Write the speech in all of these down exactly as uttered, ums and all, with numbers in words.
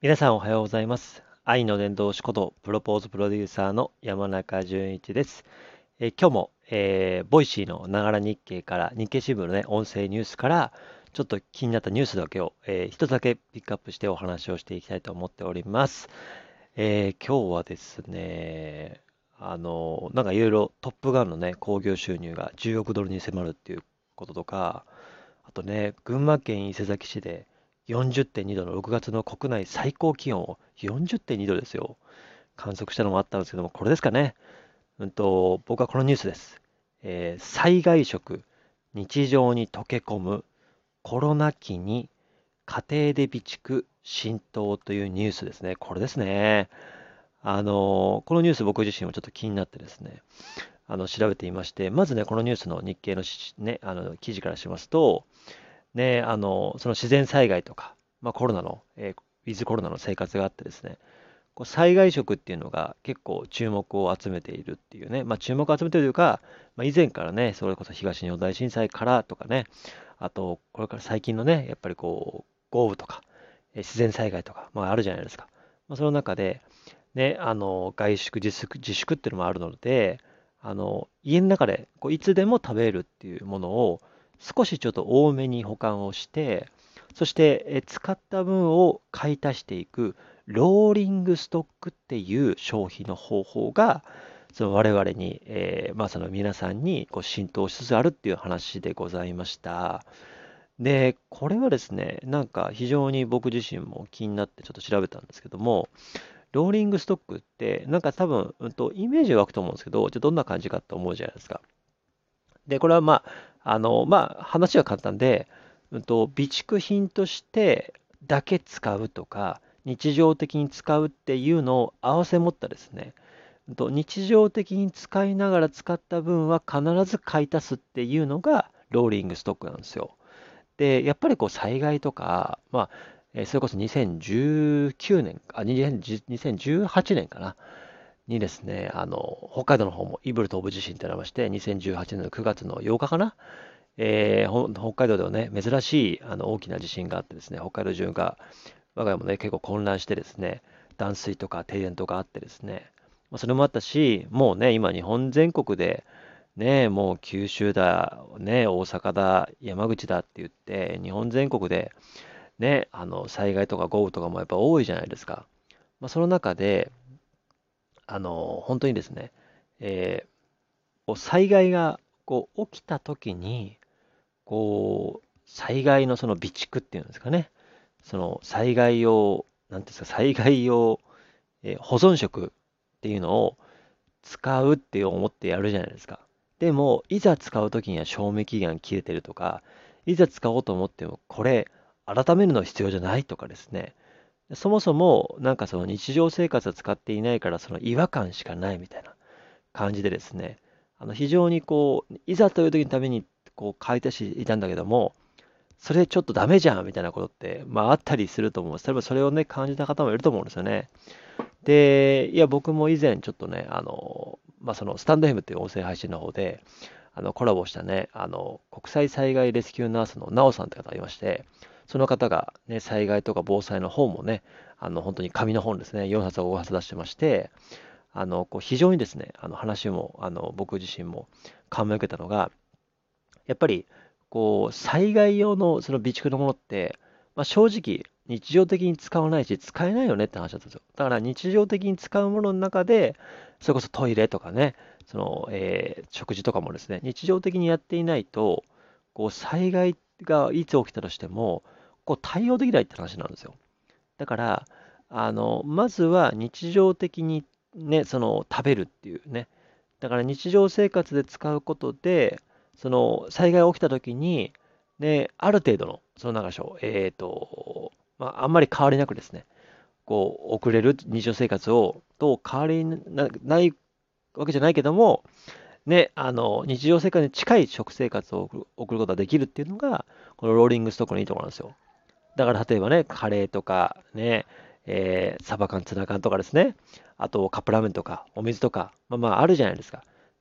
皆さんおはようございます。愛の伝道師ことプロポーズプロデューサーの山中淳一です。えー今日も、えーボイシーのながら日経から日経新聞のね、音声ニュースからちょっと気になったニュースだけを、えー一つだけピックアップしてお話をしていきたいと思っております。えー今日はですね、あの、なんかいろいろトップガンのね、興行収入がじゅうおくドルに迫るっていうこととか、あとね、群馬県伊勢崎市でよんじゅってんにどのろくがつの国内最高気温をよんじゅってんにどですよ。観測したのもあったんですけども、これですかね。うんと、僕はこのニュースです。えー災害食、日常に溶け込む、コロナ期に家庭で備蓄浸透というニュースですね。これですね。あのこのニュース僕自身もちょっと気になってですね、あの調べていまして、まずね、このニュースの日経のしね、あの記事からしますと、ね、あの、その自然災害とか、まあ、コロナの、えーウィズコロナの生活があってですね、こう災害食っていうのが結構注目を集めているっていうね、まあ、注目を集めているというか、まあ、以前からね、それこそ東日本大震災からとかね、あと、これから最近のね、やっぱりこう、豪雨とか、えー自然災害とか、まあ、あるじゃないですか。まあ、その中で、ね、あの、外食、自粛、自粛っていうのもあるので、あの、家の中でこういつでも食べるっていうものを少しちょっと多めに保管をして、そしてえ使った分を買い足していくローリングストックっていう消費の方法が、その我々に、えーまあその皆さんにこう浸透しつつあるっていう話でございました。で、これはですね、なんか非常に僕自身も気になってちょっと調べたんですけども、ローリングストックって、なんか多分、うんと、イメージ湧くと思うんですけど、じゃあどんな感じかと思うじゃないですか。で、これはまあ、あの、まあ、話は簡単で、うんと、備蓄品としてだけ使うとか、日常的に使うっていうのを合わせ持ったですね、うんと、日常的に使いながら使った分は必ず買い足すっていうのがローリングストックなんですよ。で、やっぱりこう災害とか、まあ、えーそれこそにせんじゅうきゅうねん、あ、にせんじゅうにせんじゅうはちねんかな、にですね、あの、北海道の方もイブル東部地震ってありまして、にせんじゅうはちねんのくがつのようかかな、えーほん北海道ではね、珍しいあの大きな地震があってですね、北海道中が、我が家もね、結構混乱してですね、断水とか停電とかあってですね、まあ、それもあったし、もうね、今日本全国で、ね、もう九州だ、ね、大阪だ、山口だって言って、日本全国で、ね、あの、災害とか豪雨とかもやっぱ多いじゃないですか。まあ、その中で、あの、本当にですね、えーこう災害がこう起きた時に、こう、災害のその備蓄っていうんですかね、その災害用、なんていうんですか、災害用、えー保存食っていうのを使うって思ってやるじゃないですか。でも、いざ使う時には賞味期限切れてるとか、いざ使おうと思っても、これ、改めるの必要じゃないとかですね。そもそも、なんかその日常生活は使っていないから、その違和感しかないみたいな感じでですね、あの非常にこう、いざという時のためにこう買い足していたんだけども、それちょっとダメじゃんみたいなことって、まああったりすると思うんです。例えばそれをね、感じた方もいると思うんですよね。で、いや、僕も以前ちょっとね、あの、まあそのスタンド エフ っていう音声配信の方で、あのコラボしたね、あの、国際災害レスキューナースのナオさんって方がいまして、その方がね、災害とか防災の本もね、あの、本当に紙の本ですね、よんはつをごはつ出してまして、あの、こう非常にですね、あの話も、あの、僕自身も感銘を受けたのが、やっぱり、こう、災害用のその備蓄のものって、まあ、正直、日常的に使わないし、使えないよねって話だったんですよ。だから日常的に使うものの中で、それこそトイレとかね、その、えー食事とかもですね、日常的にやっていないと、こう、災害がいつ起きたとしても、こう、対応できないって話なんですよ。だから、あの、まずは日常的にね、その食べるっていうね。だから日常生活で使うことで、その災害が起きた時に、ね、ある程度の、そのなんかでしょう、えっと、まあ、あんまり変わりなくですね、こう、送れる日常生活を、と変わりなないわけじゃないけども、ね、あの、日常生活に近い食生活を送る送ることができるっていうのが、このローリングストックのいいところなんですよ。だから例えばね、カレーとかね、えーサバ缶、ツナ缶とかですね、あとカップラーメンとかお水とか、まあまああるじゃないですか。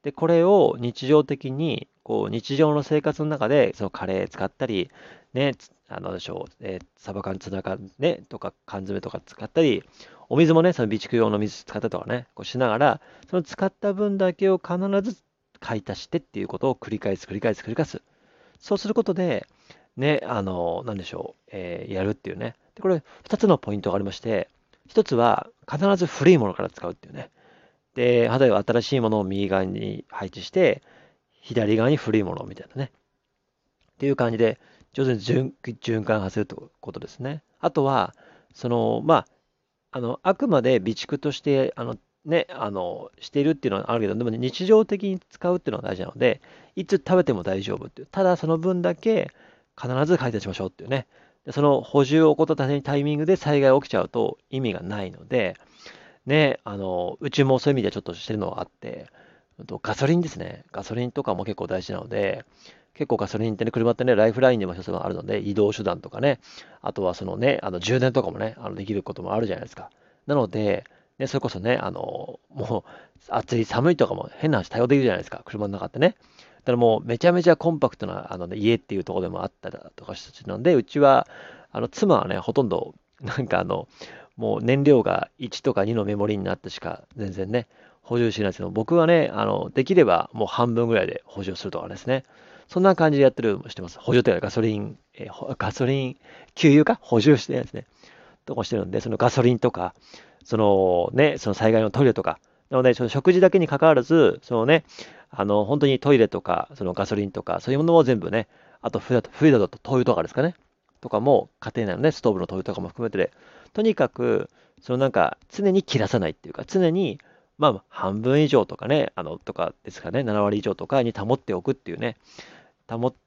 で、これを日常的に、こう、日常の生活の中で、そのカレー使ったり、ね、つあの、でしょう、えーサバ缶、ツナ缶、ね、とか、缶詰とか使ったり、お水もね、その備蓄用の水使ったりとかね、こうしながら、その使った分だけを必ず買い足してっていうことを繰り返す、繰り返す、繰り返す。そうすることで、ね、あの、なんでしょう、えーやるっていうね。で、これ、二つのポイントがありまして、一つは、必ず古いものから使うっていうね。で、例えば新しいものを右側に配置して、左側に古いものみたいなね。っていう感じで、上手に循循環させるということですね。あとは、その、まあ、あの、あくまで備蓄として、あの、ね、あの、しているっていうのはあるけど、でもね、日常的に使うっていうのが大事なので、いつ食べても大丈夫っていう。ただその分だけ必ず買い出しましょうっていうね。で、その補充を怠ったタイミングで災害起きちゃうと意味がないので、ね、あの、うちもそういう意味ではちょっとしてるのはあって、うんとガソリンですね。ガソリンとかも結構大事なので、結構ガソリンってね、車ってね、ライフラインでも一つがあるので、移動手段とかね、あとはそのね、あの充電とかもね、あのできることもあるじゃないですか。なので、ね、それこそね、あの、もう暑い、寒いとかも変な話対応できるじゃないですか、車の中ってね。だからもうめちゃめちゃコンパクトなあの、ね、家っていうところでもあったりとかしてるので、うちは、あの妻はね、ほとんど、なんかあの、もう燃料がいちとかにのメモリになってしか全然ね、補充しないんですけど、僕はね、あの、できればもう半分ぐらいで補充するとかですね。そんな感じでやってるしてます。補充というかガソリン、えーほガソリン、給油か補充してるんですね。とかしてるんで、そのガソリンとか、そのね、その災害のトイレとか、なので、その食事だけに関わらず、そのね、あの、本当にトイレとか、そのガソリンとか、そういうものを全部ね、あと冬だと、冬だと灯油とかですかね、とかも、家庭内のね、ストーブの灯油とかも含めてで、とにかく、そのなんか、常に切らさないっていうか、常に、まあ、半分以上とかね、あの、とかですかね、なな割以上とかに保っておくっていうね、保って、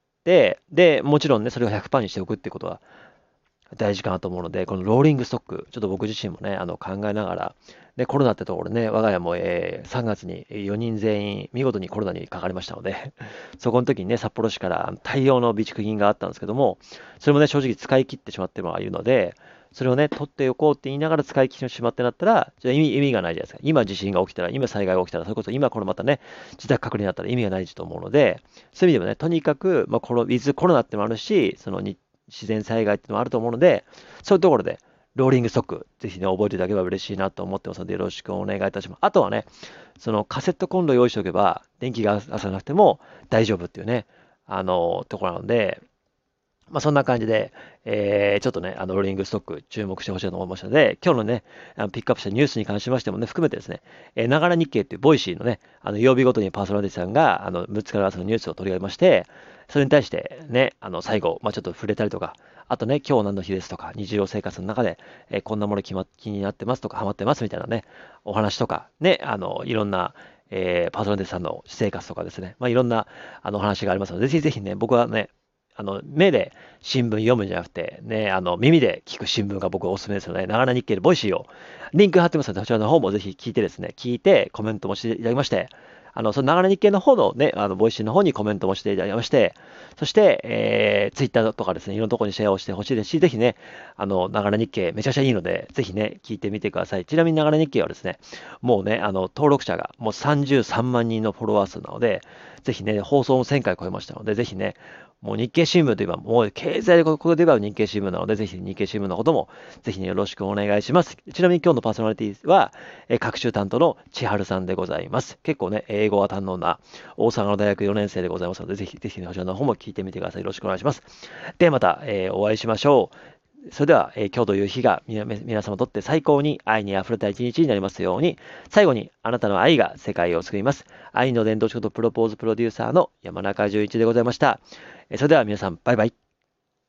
で、もちろんね、それをひゃくパーセントにしておくっていうことは大事かなと思うので、このローリングストック、ちょっと僕自身もね、あの考えながら、で、コロナってところね、我が家も、えーさんがつによにん全員、見事にコロナにかかりましたので、そこの時にね、札幌市から大量の備蓄品があったんですけども、それもね、正直使い切ってしまってはいるので、それをね、取っておこうって言いながら使い切ってしまってなったら、じゃあ意味、意味がないじゃないですか。今地震が起きたら、今災害が起きたら、それこそ今これまたね、自宅隔離になったら意味がないと思うので、そういう意味でもね、とにかく、まあ、コロ、ウィズコロナってのもあるし、そのに自然災害っていうのもあると思うので、そういうところで、ローリングストック、ぜひね、覚えていただければ嬉しいなと思ってますので、よろしくお願いいたします。あとはね、そのカセットコンロ用意しておけば、電気が出さなくても大丈夫っていうね、あの、ところなので、まあ、そんな感じで、えー、ちょっとね、あの、ローリングストック注目してほしいと思いましたので、今日のね、あのピックアップしたニュースに関しましてもね、含めてですね、えー、ながら日経っていうボイシーのね、あの、曜日ごとにパーソナリティさんが、あの、むっつから朝のニュースを取り上げまして、それに対してね、あの、最後、まあ、ちょっと触れたりとか、あとね、今日何の日ですとか、日常生活の中で、えーこんなもの気ま気になってますとか、ハマってますみたいなね、お話とか、ね、あの、いろんな、えーパーソナリティさんの私生活とかですね、まあ、いろんな、あの、お話がありますので、ぜひぜひね、僕はね、あの、目で新聞読むんじゃなくて、ね、あの、耳で聞く新聞が僕はおすすめですので、ながら日経でボイシーを、リンク貼ってますので、そちらの方もぜひ聞いてですね、聞いてコメントもしていただきまして、あの、そのながら日経の方のね、あの、ボイシーの方にコメントもしていただきまして、そして、えー、ツイッターとかですね、いろんなところにシェアをしてほしいですし、ぜひね、あの、ながら日経めちゃくちゃいいので、ぜひね、聞いてみてください。ちなみにながら日経はですね、もうね、あの、登録者がもうさんじゅうさんまん人のフォロワー数なので、ぜひね、放送もせんかい超えましたので、ぜひね、もう日経新聞といえば、もう経済ここで言えば日経新聞なので、ぜひ日経新聞のことも、ぜひね、よろしくお願いします。ちなみに今日のパーソナリティは、えー、各種担当の千春さんでございます。結構ね、英語は堪能な大阪の大学よねん生でございますので、ぜひ、ぜひね、こちらの方も聞いてみてください。よろしくお願いします。ではまた、えーお会いしましょう。それでは、えー今日という日が皆皆様にとって最高に愛に溢れた一日になりますように、最後にあなたの愛が世界を救います。愛の伝道師ことプロポーズプロデューサーの山中淳一でございました。えーそれでは皆さん、バイバイ。